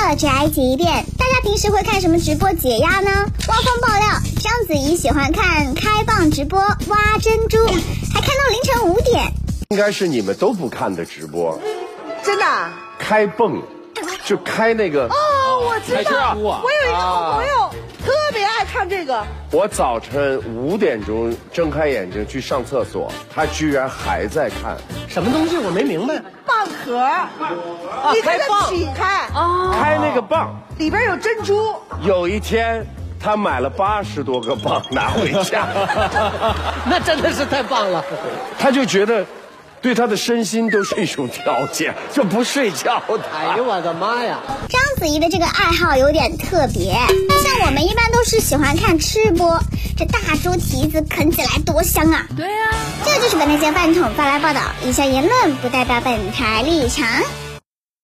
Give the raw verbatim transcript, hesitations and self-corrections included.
乐宅急便，大家平时会看什么直播解压呢？汪峰爆料，章子怡喜欢看开蚌直播挖珍珠，还看到凌晨五点。 应该是你们都不看的直播， 真的？ 开蚌，就开那个。 哦，我知道， 啊、 我有一个好朋友、啊、特别爱看这个。 我早晨五点钟睁开眼睛去上厕所，他居然还在看。 什么东西？我没明白。 蚌壳，啊、你看它起开， 哦，开那个蚌， 里边有珍珠。 有一天，他买了八十多个蚌拿回家， 那真的是太棒了。 他就觉得。对他的身心都是一种调节，就不睡觉的。 哎呦我的妈呀！ 章子怡的这个爱好有点特别，像我们一般都是喜欢看吃播，这大猪蹄子啃起来多香啊！ 对呀、啊， 这就是本台饭桶发来报道，以下言论不代表本台立场。